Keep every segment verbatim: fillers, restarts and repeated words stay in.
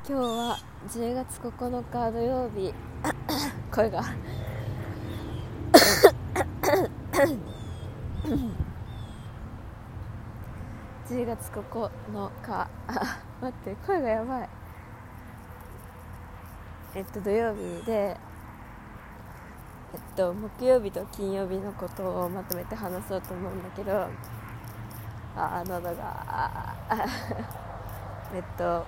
今日はじゅうがつここのか土曜日声がじゅうがつここのかあ待って声がやばいえっと土曜日でえっと木曜日と金曜日のことをまとめて話そうと思うんだけどあ喉があえっと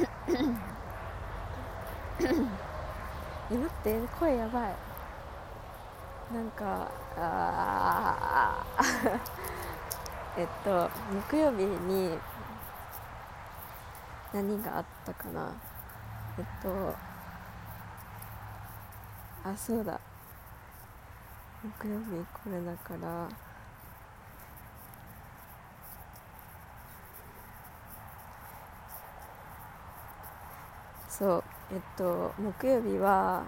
え待って声やばいなんかあえっと木曜日に何があったかなえっとあそうだ木曜日これだからそうえっと木曜日は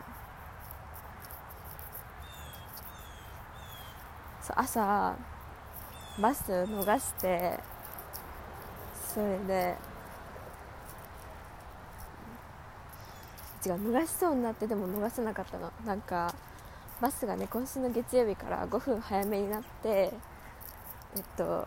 そう朝バス逃してそれで違う逃しそうになってでも逃せなかったのなんかバスがね今週の月曜日からごふん早めになってえっと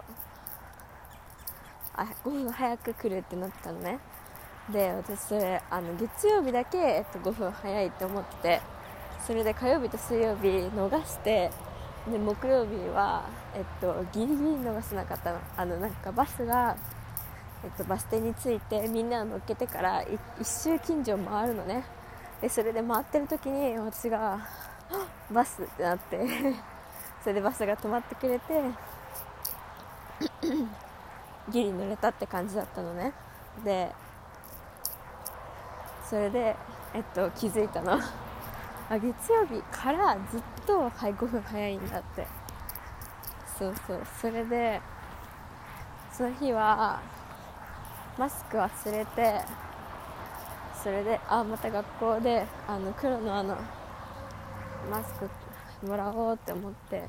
あごふん早く来るってなったのねで私それあの月曜日だけ、えっと、ごふん早いって思っててそれで火曜日と水曜日逃してで木曜日は、えっと、ギリギリ逃せなかったのあのなんかバスが、えっと、バス停に着いてみんなを乗っけてから一周近所を回るのねでそれで回ってる時に私がバスってなってそれでバスが止まってくれてギリ乗れたって感じだったのねでそれで、えっと、気づいたのあ月曜日からずっと、はい、ごふん早いんだってそうそうそれでその日はマスク忘れてそれであまた学校であの黒のあのマスクもらおうって思って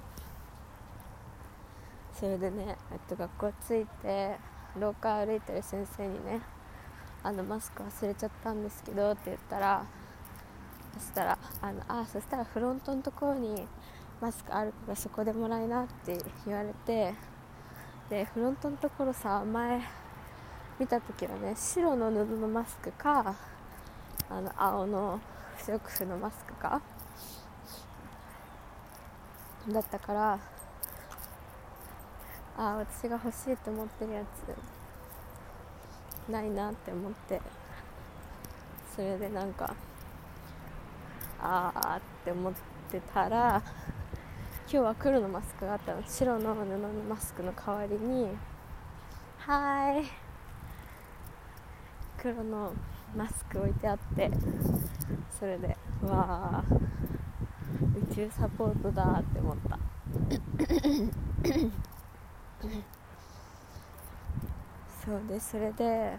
それでね、えっと、学校着いて廊下歩いてる先生にねあのマスク忘れちゃったんですけどって言ったらそしたらあのあそしたらフロントのところにマスクあるからそこでもらいなって言われてでフロントのところさ前見た時はね白の布のマスクかあの青の不織布のマスクかだったからあ私が欲しいと思ってるやつないなって思ってそれでなんかあーって思ってたら今日は黒のマスクがあったの白の布のマスクの代わりにはーい黒のマスク置いてあってそれでわー宇宙サポートだって思ったそうでそれで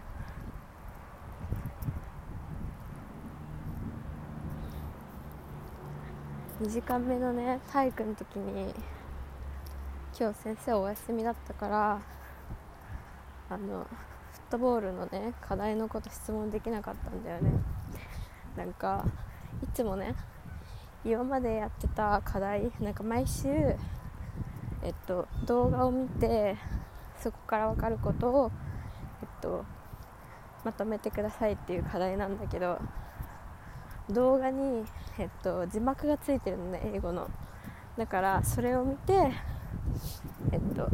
にじかんめのね体育の時に今日先生お休みだったからあのフットボールのね課題のこと質問できなかったんだよねなんかいつもね今までやってた課題なんか毎週えっと動画を見てそこから分かることをえっとまとめてくださいっていう課題なんだけど動画に、えっと、字幕がついてるのね英語のだからそれを見てえっと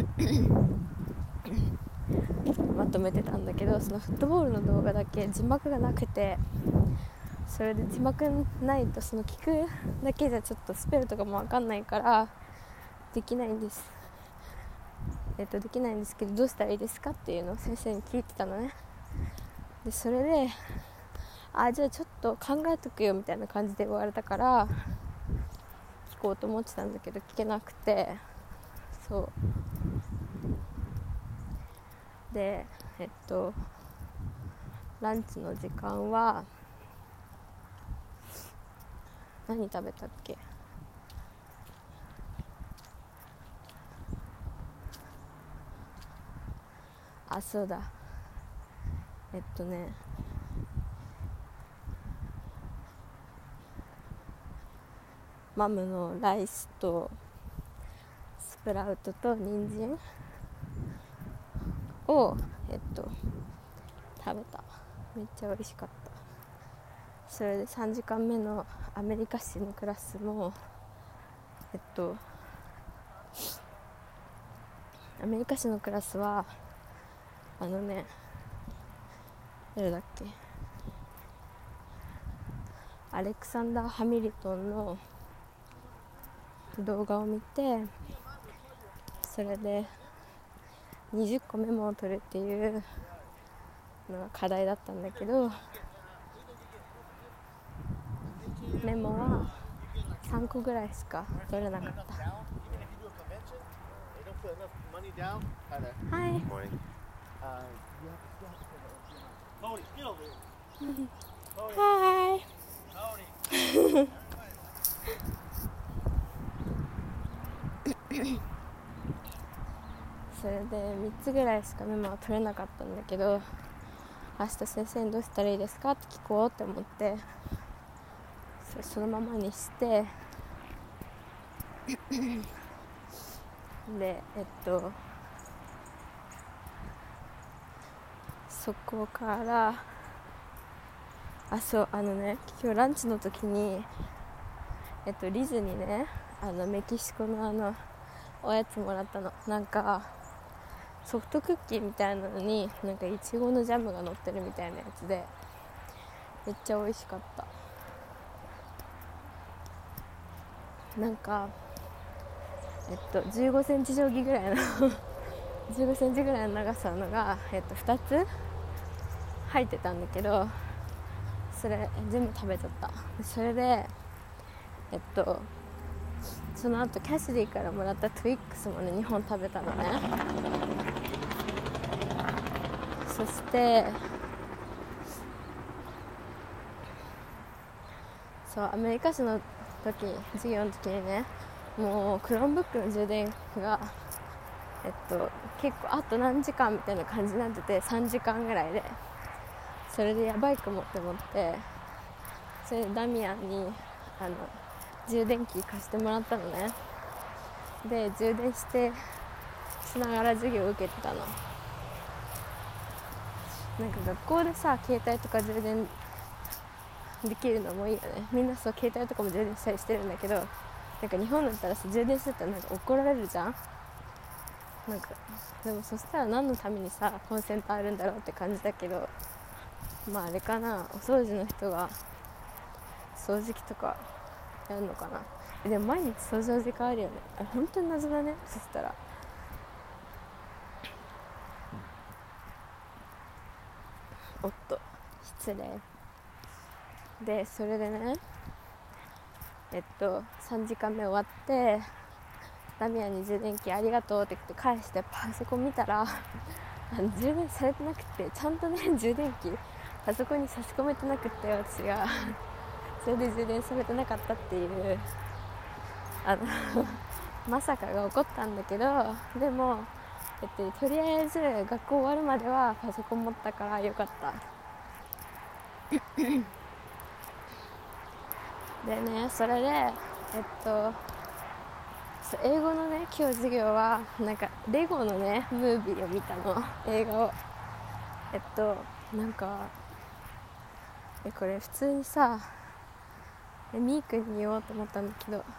まとめてたんだけどそのフットボールの動画だけ字幕がなくてそれで字幕ないとその聞くだけじゃちょっとスペルとかも分かんないからできないんですえっとできないんですけどどうしたらいいですかっていうのを先生に聞いてたのねでそれであじゃあちょっと考えとくよみたいな感じで言われたから聞こうと思ってたんだけど聞けなくてそうでえっとランチの時間は何食べたっけあそうだえっとねマムのライスとスプラウトと人参をえっと食べた。めっちゃ美味しかった。それでさんじかんめのアメリカ史のクラスもえっとアメリカ史のクラスはあのね誰だっけアレクサンダー・ハミルトンの動画を見て、それでにじゅっこメモを取るっていうのが課題だったんだけど、メモはさんこぐらいしか取れなかった。はい。はい。それでみっつぐらいしかメモは取れなかったんだけど、明日先生にどうしたらいいですかって聞こうって思って、それそのままにしてでえっとそこからあそうあのね今日ランチの時にえっとリズにねあのメキシコのあのおやつもらったの。なんかソフトクッキーみたいなのになんかいちごのジャムが乗ってるみたいなやつでめっちゃ美味しかった。なんかえっとじゅうごセンチ定規ぐらいのじゅうごセンチぐらいの長さのが、えっと、ふたつ入ってたんだけど、それ全部食べちゃった。それでえっとその後キャシディからもらったトゥイックスもねにほん食べたのね。そしてそうアメリカ史の時授業の時にね、もうクロームブックの充電がえっと結構あと何時間みたいな感じになってて、さんじかんぐらいで、それでやばいかもって思って、それでダミアンにあの充電器貸してもらったのね。で充電してしながら授業を受けてたの。なんか学校でさ携帯とか充電できるのもいいよね。みんなそう携帯とかも充電したりしてるんだけど、なんか日本だったらさ充電してたらなんか怒られるじゃん。なんかでもそしたら何のためにさコンセントあるんだろうって感じだけど、まああれかな、お掃除の人が掃除機とかやるのかな。でも毎日掃除の時間あるよね。あれ本当に謎だね。そしたらおっと失礼で、それでねえっとさんじかんめ終わってダミアンに充電器ありがとうって言って返してパソコン見たらあの充電されてなくて、ちゃんとね充電器パソコンに差し込めてなくて、私がそれで充電されてなかったっていうあのまさかが起こったんだけど、でも、えっと、とりあえず学校終わるまではパソコン持ったからよかったでね、それでえっと英語のね今日授業はなんかレゴのねムービーを見たの、映画を。えっとなんかえこれ普通にさえみーくんに言おうと思ったんだけど、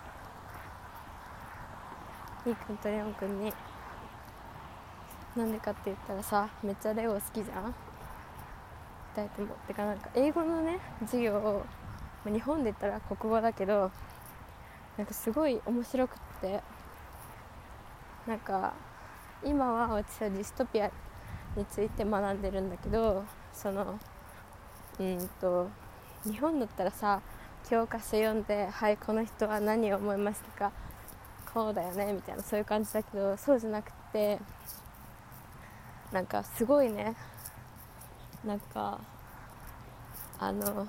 みーくんとレオンくんになんでかって言ったらさ、めっちゃレゴ好きじゃんふたりとも。てかなんか英語のね授業を日本で言ったら国語だけど、なんかすごい面白くって、なんか今は私はディストピアについて学んでるんだけど、そのうんと日本だったらさ教科書読んで、はいこの人は何を思いましたか、こうだよねみたいなそういう感じだけど、そうじゃなくてなんかすごいね、なんかあの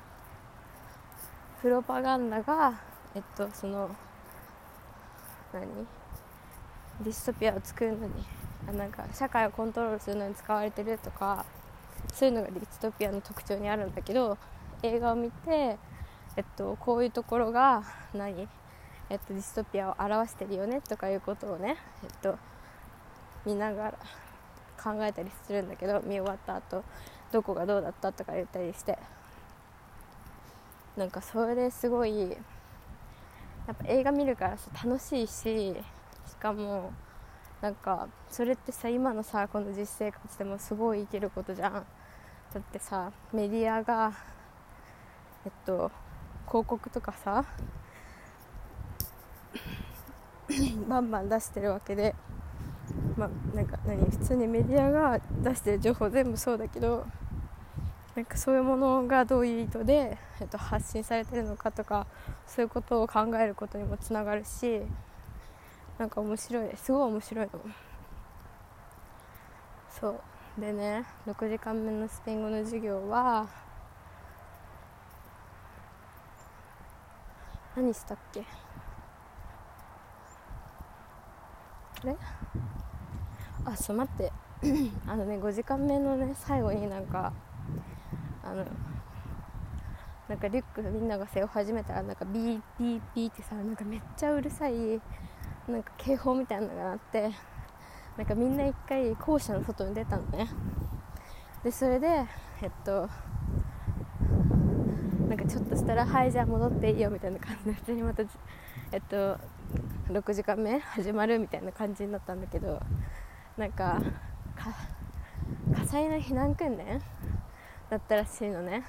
プロパガンダがえっとその何ディストピアを作るのに、なんか社会をコントロールするのに使われてるとか、そういうのがディストピアの特徴にあるんだけど、映画を見てえっと、こういうところが何、えっと、ディストピアを表してるよねとかいうことをね、えっと、見ながら考えたりするんだけど、見終わった後どこがどうだったとか言ったりして、なんかそれですごいやっぱ映画見るからさ楽しいし、しかもなんかそれってさ今のさこの実生活でもすごい生きることじゃん。だってさメディアがえっと広告とかさバンバン出してるわけで、まあなんか何普通にメディアが出してる情報全部そうだけど、なんかそういうものがどういう意図で、えっと、発信されてるのかとかそういうことを考えることにもつながるし、なんか面白い、すごい面白いの。そうでね、ろくじかんめのスペイン語の授業は何したっけ、あれあそう待ってあのねごじかんめのね最後になんかあのなんかリュックみんなが背負い始めたらなんかビービービーってさなんかめっちゃうるさいなんか警報みたいなのが鳴って、なんかみんな一回校舎の外に出たのね。でそれでえっとなんかちょっとしたらはいじゃあ戻っていいよみたいな感じで普通にまたえっとろくじかんめ始まるみたいな感じになったんだけど、なんか火災の避難訓練だったらしいのね。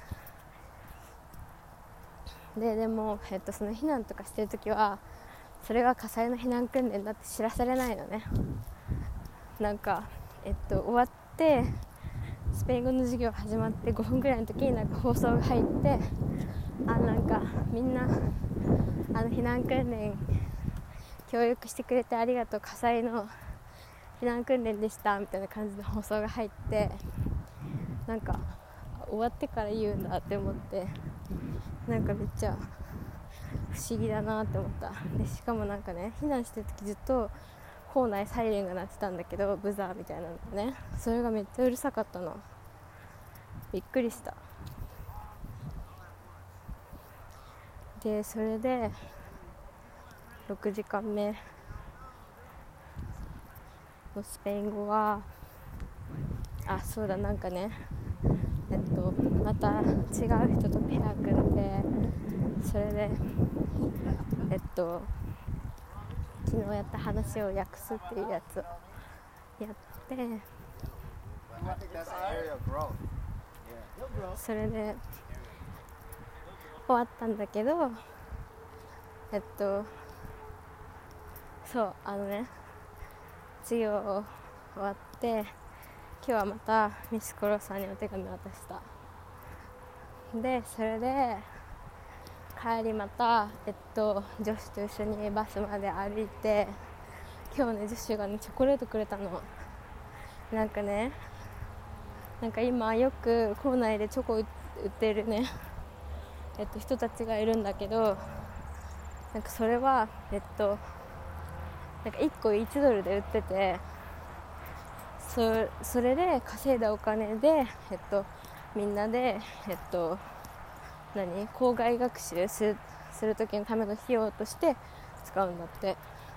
ででも、えっと、その避難とかしてるときはそれが火災の避難訓練だって知らされないのね。なんか、えっと、終わってスペイン語の授業始まってごふんぐらいの時になんか放送が入って、あなんかみんなあの避難訓練協力してくれてありがとう、火災の避難訓練でしたみたいな感じの放送が入って、なんか終わってから言うんだって思って、なんかめっちゃ不思議だなって思った。でしかもなんかね避難してる時ずっと校内サイレンが鳴ってたんだけど、ブザーみたいなのね、それがめっちゃうるさかったの。びっくりした。でそれでろくじかんめのスペイン語はあそうだなんかねえっとまた違う人とペア組んで、それでえっと昨日やった話を訳すっていうやつをやって、それで終わったんだけど、えっとそうあのね授業終わって今日はまたミスコロさんにお手紙渡した。でそれで帰りまた、えっと、女子と一緒にバスまで歩いて、今日ね女子がねチョコレートくれたの。なんかねなんか今よく校内でチョコ売ってるねえっと人たちがいるんだけど、なんかそれはえっとなんかいっこいちドルで売ってて、そ, それで稼いだお金でえっとみんなでえっと何校外学習するする時のための費用として使うんだって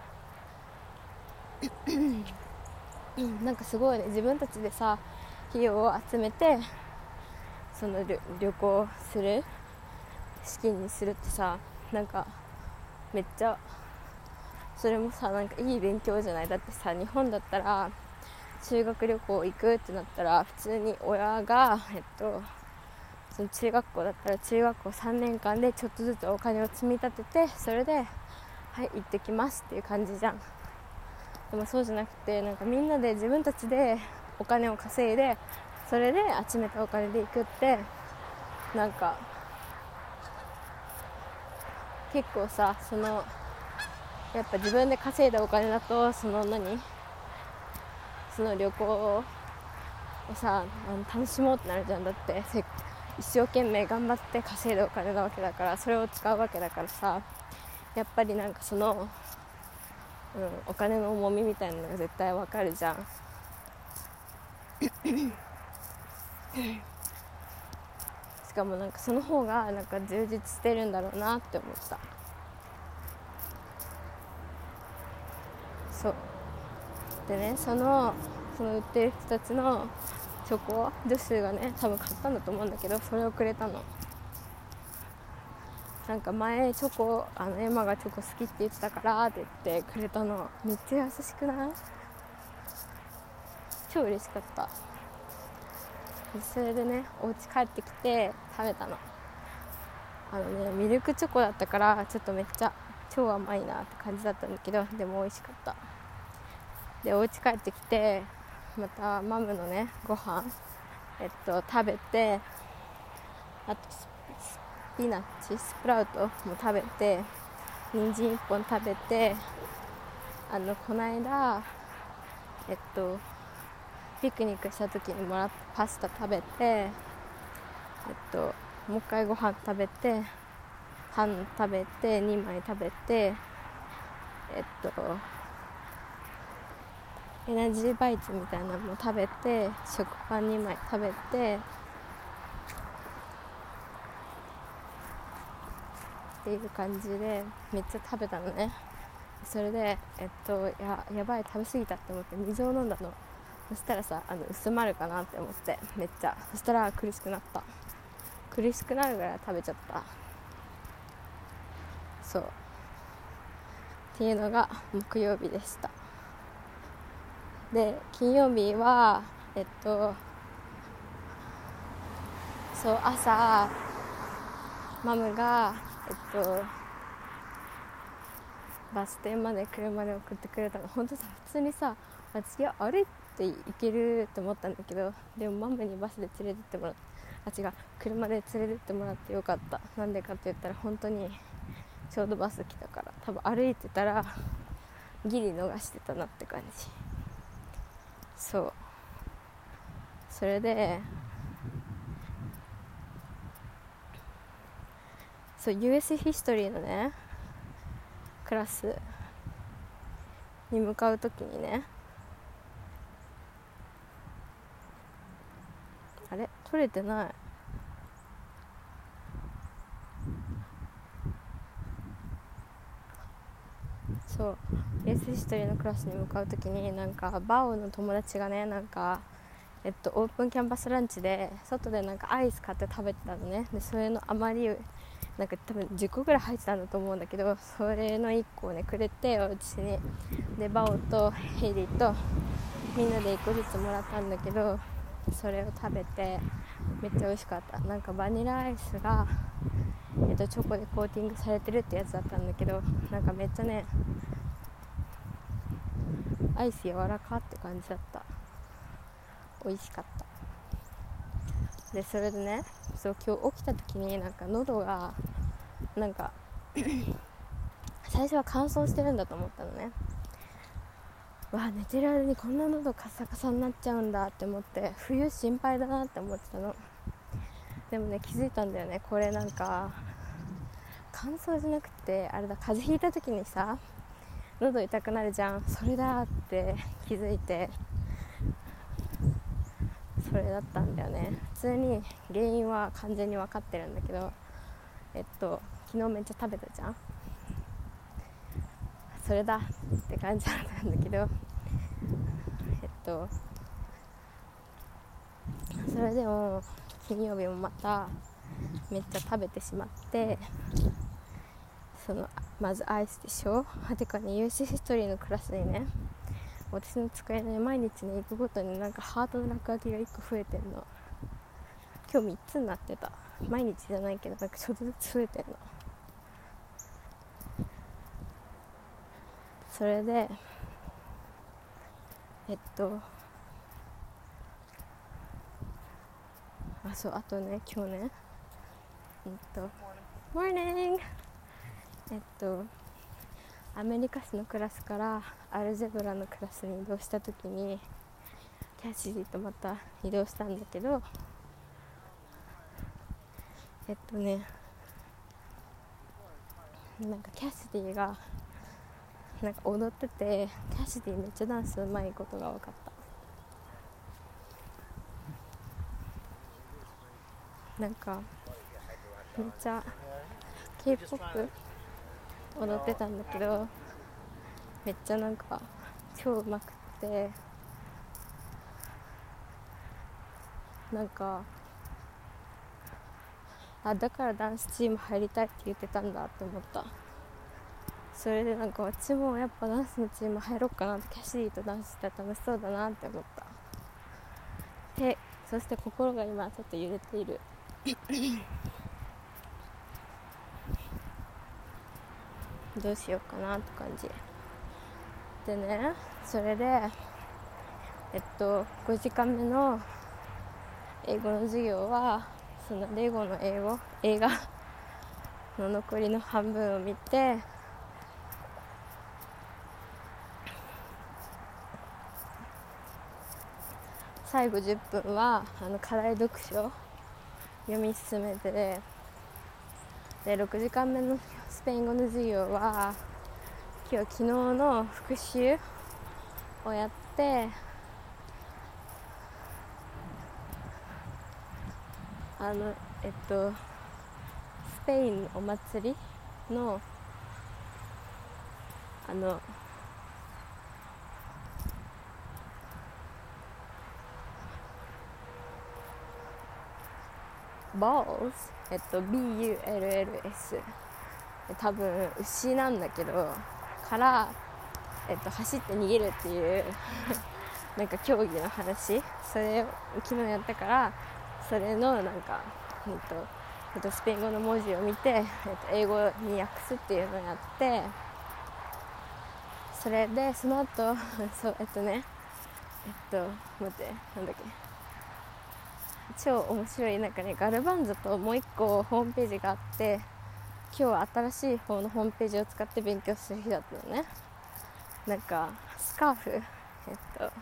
なんかすごいね、自分たちでさ費用を集めてその 旅, 旅行する資金にするってさ、なんかめっちゃそれもさなんかいい勉強じゃない。だってさ日本だったら修学旅行行くってなったら普通に親がえっとその中学校だったら中学校さんねんかんでちょっとずつお金を積み立てて、それではい行ってきますっていう感じじゃん。でもそうじゃなくて、なんかみんなで自分たちでお金を稼いでそれで集めたお金で行くって、なんか結構さそのやっぱ自分で稼いだお金だとその何その旅行をさ楽しもうってなるじゃん。だって一生懸命頑張って稼いだお金なわけだから、それを使うわけだからさ、やっぱりなんかその、うん、お金の重みみたいなのが絶対わかるじゃんししかもなんかその方がなんか充実してるんだろうなって思った。そうでね、そのその売ってる人たちのチョコ、女子がね多分買ったんだと思うんだけど、それをくれたの。なんか前チョコ、あのエマがチョコ好きって言ってたからって言ってくれたの。めっちゃ優しくない？超嬉しかった。でそれでね、お家帰ってきて食べたの。あのね、ミルクチョコだったからちょっとめっちゃ超甘いなって感じだったんだけど、でも美味しかった。でお家帰ってきてまたマムのねご飯えっと食べて、あとスピナッチスプラウトも食べて、人参いっぽん食べて、あのこの間えっとピクニックした時にもらったパスタ食べて、えっともう一回ご飯食べて、パン食べてにまい食べて、えっとエナジーバイツみたいなのも食べて、食パンにまい食べてっていう感じでめっちゃ食べたのね。それでえっとややばい、食べ過ぎたって思って水を飲んだの。そしたらさ、あの薄まるかなって思ってめっちゃ、そしたら苦しくなった。苦しくなるぐらい食べちゃった。そうっていうのが木曜日でした。で金曜日はえっとそう朝マムがえっとバス停まで車で送ってくれたの。本当さ、普通にさ、私は歩いて行けると思ったんだけど、でもマムにバスで連れてってもらって、あ違う車で連れてってもらってよかった。なんでかって言ったら本当にちょうどバス来たから、多分歩いてたらギリ逃してたなって感じ。そうそれでそう ユーエス ヒストリーのねクラスに向かうときにね、あれ撮れてない。そう ユーエス ヒストリーのクラスに向かうときに、なんかバオの友達がね、なんかえっとオープンキャンパスランチで外でなんかアイス買って食べてたのね。でそれのあまりなんか多分じゅっこぐらい入ってたんだと思うんだけど、それのいっこをねくれて、お家にでバオとヘイリーとみんなでいっこずつもらったんだけど、それを食べてめっちゃ美味しかった。なんかバニラアイスが、えっと、チョコでコーティングされてるってやつだったんだけど、なんかめっちゃねアイス柔らかって感じだった。美味しかった。でそれでね、そう今日起きた時になんか喉がなんか最初は乾燥してるんだと思ったのね。わあ寝てる間にこんな喉カサカサになっちゃうんだって思って、冬心配だなって思ってたの。でもね気づいたんだよね。これなんか乾燥じゃなくてあれだ、風邪ひいた時にさ喉痛くなるじゃん。それだって気づいて、それだったんだよね。普通に原因は完全に分かってるんだけど、えっと昨日めっちゃ食べたじゃん。それだって感じだったんだけど、えっとそれでも金曜日もまためっちゃ食べてしまって、そのまずアイスでしょ。はてかね ユーエス ヒストリーのクラスにね、私の机ね毎日ね行くごとになんかハートの落書きがいっこ増えてんの。今日みっつになってた。毎日じゃないけどなんかちょっとずつ増えてんの。それでえっとあそうあとね今日ねえっと Morning えっとアメリカ史のクラスからアルジェブラのクラスに移動した時にキャシディとまた移動したんだけど、えっとねなんかキャシディがなんか踊ってて、キャシディめっちゃダンスうまいことが分かった。 なんかめっちゃ K-ポップ 踊ってたんだけど、めっちゃなんか超うまくって、なんかあだからダンスチーム入りたいって言ってたんだって思った。それでなんか私もやっぱダンスのチーム入ろうかなって、キャシーとダンスしたら楽しそうだなって思った。でそして心が今ちょっと揺れているどうしようかなって感じでね。それでえっとごじかんめの英語の授業は、そのレゴの英語映画の残りの半分を見て、最後じゅっぷんはあの課題読書読み進めて、でろくじかんめのスペイン語の授業は今日は昨日の復習をやって、あのえっとスペインお祭りのあのバールズ、えっと ビーユーエルエルエス、多分牛なんだけどから、えっと、走って逃げるっていうなんか競技の話、それを昨日やったから、それのなんか、えっとえっと、スペイン語の文字を見て、えっと、英語に訳すっていうのをやって、それでその後そうえっとねえっと待ってなんだっけ超面白い、なんかねガルバンゾともう一個ホームページがあって、今日は新しい方のホームページを使って勉強する日だったのね。なんかスカーフえっと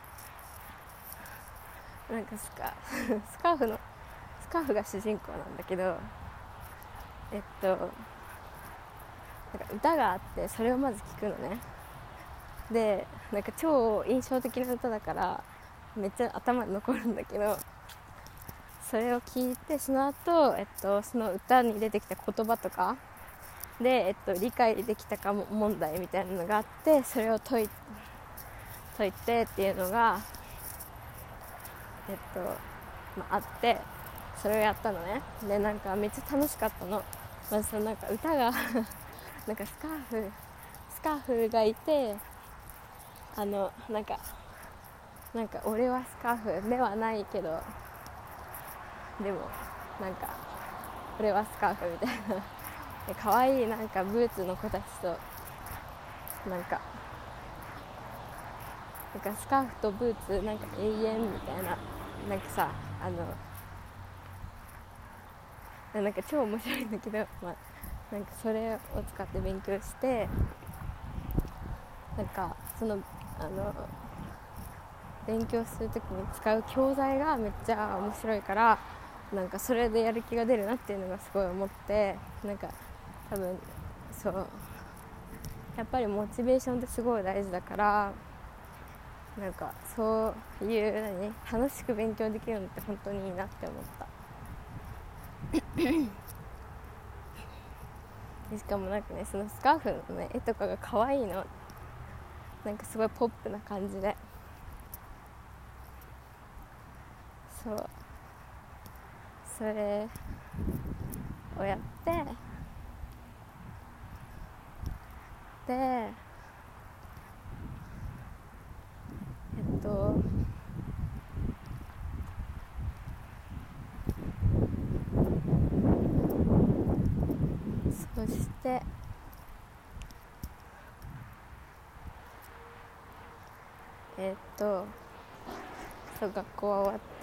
なんかスカスカーフのスカーフが主人公なんだけど、えっとなんか歌があって、それをまず聞くのね。でなんか超印象的な歌だからめっちゃ頭に残るんだけど、それを聞いて、その後、えっとその歌に出てきた言葉とかで、えっと、理解できたかも問題みたいなのがあって、それを解い解いてっていうのがえっと、まあ、あって、それをやったのね。でなんかめっちゃ楽しかったの。まずそのなんか歌がなんかスカーフスカーフがいて、あのなんかなんか俺はスカーフ目はないけどでもなんか俺はスカーフみたいなで可愛いなんかブーツの子たちとなんかなんかスカーフとブーツなんか永遠みたいな、なんかさあのなんか超面白いんだけど、まあ、なんかそれを使って勉強して、なんかそのあの勉強するときに使う教材がめっちゃ面白いから、なんかそれでやる気が出るなっていうのがすごい思って、なんか多分そうやっぱりモチベーションってすごい大事だから、なんかそういう何楽しく勉強できるのって本当にいいなって思ったしかもなんかね、そのスカーフの、ね、絵とかが可愛いの。なんかすごいポップな感じで、そうそれをやってでえっとそしてえっとそう学校は終わって、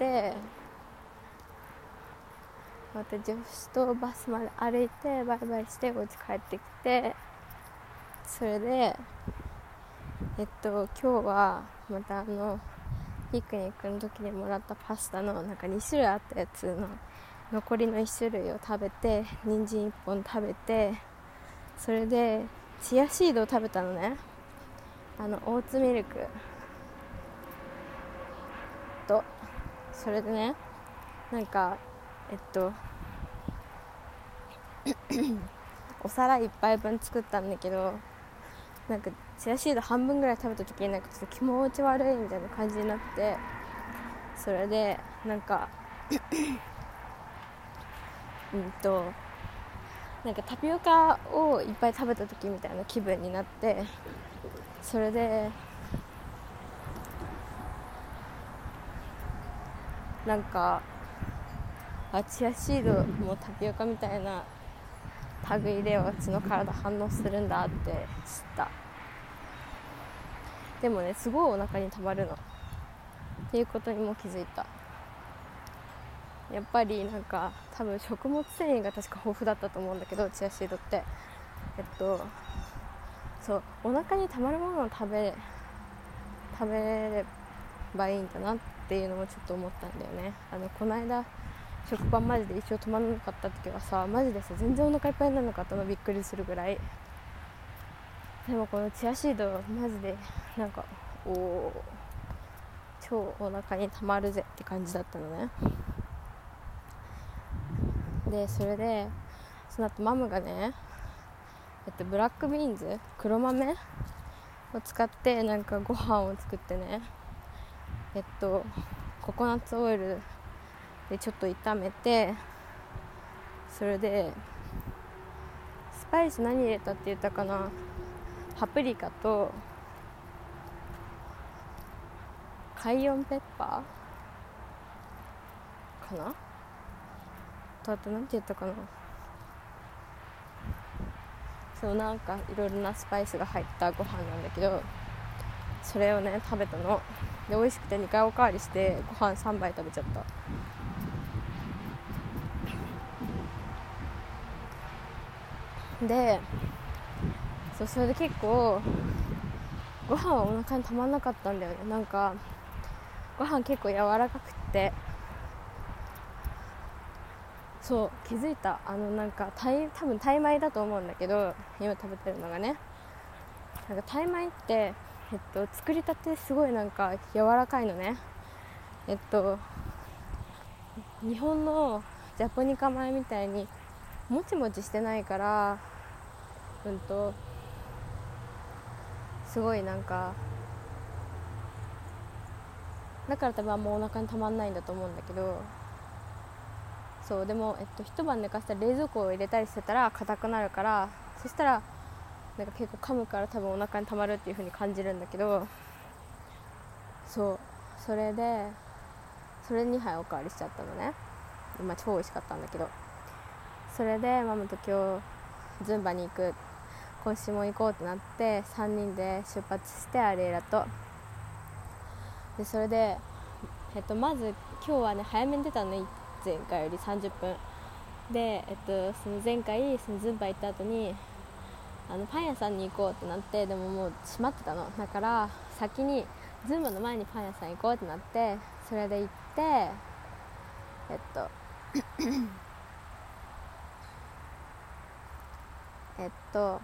また女子とバスまで歩いてバイバイしてお家帰ってきて、それでえっと今日はまたあのピクニックの時にもらったパスタのなんかに種類あったやつの残りのいち種類を食べて、人参いっぽん食べて、それでチアシードを食べたのね。あのオーツミルクと、それでねなんかえっとお皿一杯分作ったんだけど、なんかチアシード半分ぐらい食べた時になんかちょっと気持ち悪いみたいな感じになって、それでなんかうんとなんかタピオカをいっぱい食べた時みたいな気分になって、それでなんかあチアシードもタピオカみたいな類で私の体反応するんだって知った。でもね、すごいお腹にたまるのっていうことにも気づいた。やっぱりなんか多分食物繊維が確か豊富だったと思うんだけど、チアシードってえっとそうお腹にたまるものを食べ食べればいいんだなっていうのもちょっと思ったんだよね。あのこの間食パンマジで一生止まらなかった時はさ、マジでさ全然お腹いっぱいにならなかったの、びっくりするぐらい。でもこのチアシードマジでなんかおー超お腹にたまるぜって感じだったのね。でそれでその後マムがね、えっと、ブラックビーンズ黒豆を使ってなんかご飯を作ってね、えっとココナッツオイルでちょっと炒めて、それでスパイス何入れたって言ったかな、パプリカとカイヨンペッパーかなと、あとなんて言ったかな、そうなんかいろいろなスパイスが入ったご飯なんだけど、それをね食べたので、美味しくてにかいおかわりしてご飯さんばい食べちゃった。でそうそれで結構ご飯はお腹にたまんなかったんだよね。なんかご飯結構柔らかくって、そう気づいた。あのなんかタイ多分タイ米だと思うんだけど、今食べてるのがね、なんかタイ米って、えっと、作りたてすごいなんか柔らかいのね。えっと日本のジャポニカ米みたいにもちもちしてないから、うんとすごいなんかだから多分あんまお腹にたまんないんだと思うんだけど、そうでも、えっと、一晩寝かせたら冷蔵庫を入れたりしてたら硬くなるから、そしたらなんか結構噛むから多分お腹にたまるっていう風に感じるんだけど、そうそれでそれにはいおかわりしちゃったのね。まあ超美味しかったんだけど、それでママと今日ズンバに行く、今週も行こうってなってさんにんで出発して、アレイラとで、それで、えっと、まず今日はね早めに出たのね、前回よりさんじゅっぷんで、えっと、その前回そのズンバ行った後にあのパン屋さんに行こうってなって、でももう閉まってたの。だから先にズンバの前にパン屋さん行こうってなって、それで行って、えっとえっと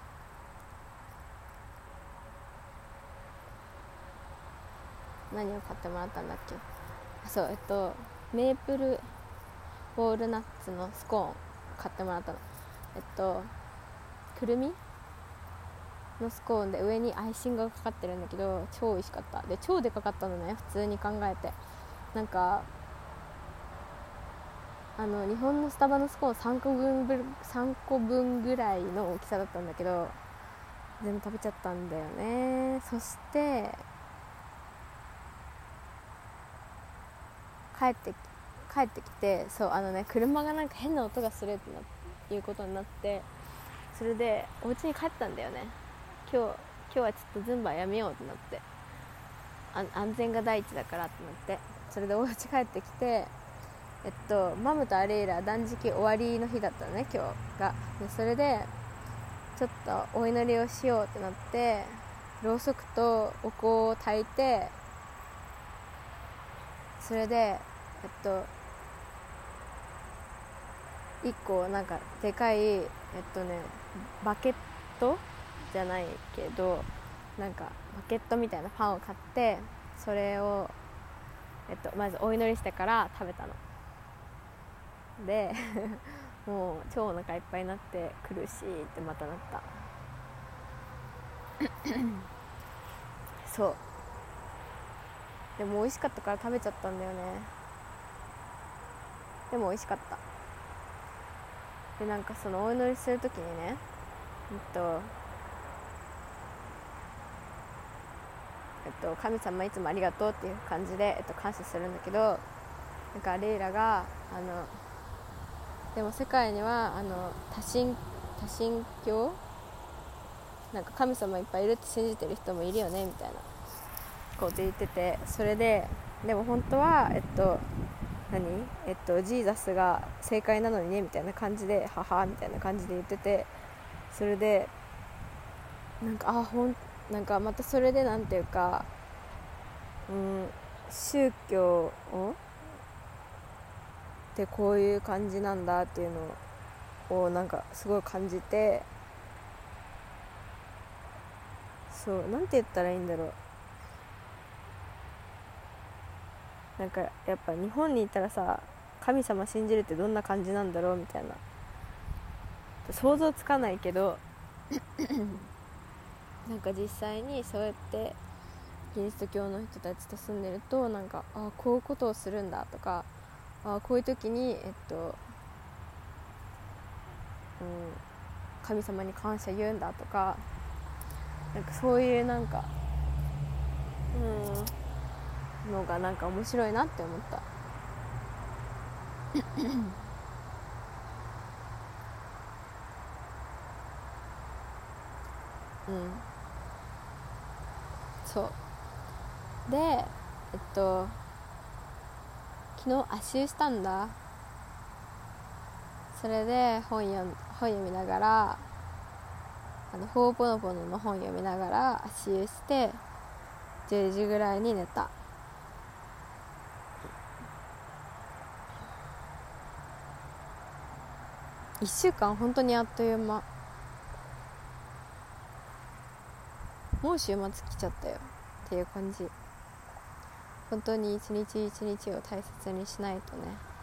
何を買ってもらったんだっけ。そうえっとメープルウォールナッツのスコーン買ってもらったの。えっとくるみのスコーンで上にアイシングがかかってるんだけど、超美味しかった。で超でかかったのね、普通に考えて。なんかあの日本のスタバのスコーンさんこぶんぶさんこぶんぐらいの大きさだったんだけど、全部食べちゃったんだよね。そして帰って帰ってきて、そうあのね車がなんか変な音がするってないうことになって、それでお家に帰ったんだよね。今日今日はちょっとズンバやめようってなって、あ安全が第一だからってなって、それでお家帰ってきて、えっとマムとアレイラ断食終わりの日だったのね今日が。でそれでちょっとお祈りをしようってなって、ろうそくとお香を焚いて、それでえっといっこなんかでかいえっとねバケットじゃないけどなんかバケットみたいなパンを買って、それをえっとまずお祈りしてから食べたのでもう超お腹いっぱいになって苦しいってまたなったそうでも美味しかったから食べちゃったんだよね。でも美味しかった。でなんかそのお祈りするときにね、えっとえっと神様いつもありがとうっていう感じで、えっと、感謝するんだけど、なんかレイラがあのでも世界にはあの多神多神教なんか神様いっぱいいるって信じてる人もいるよねみたいなこと言ってて、それででも本当はえっと何えっとジーザスが正解なのにねみたいな感じで、ははみたいな感じで言ってて、それでなんかあほんなんかまたそれでなんていうか、うん宗教をってこういう感じなんだっていうのをなんかすごい感じて、そうなんて言ったらいいんだろう、なんかやっぱ日本にいたらさ、神様信じるってどんな感じなんだろうみたいな想像つかないけどなんか実際にそうやってキリスト教の人たちと住んでると、なんかあこういうことをするんだとか、あこういう時にえっと、うん、神様に感謝言うんだとか、なんかそういうなんかうんのがなんか面白いなって思ったうんそうでえっと昨日足湯したんだ。それで本読本読みながらあのホーポノポノの本読みながら足湯してじゅうじぐらいに寝た。いっしゅうかん本当にあっという間。もう週末来ちゃったよっていう感じ。本当に一日一日を大切にしないとね。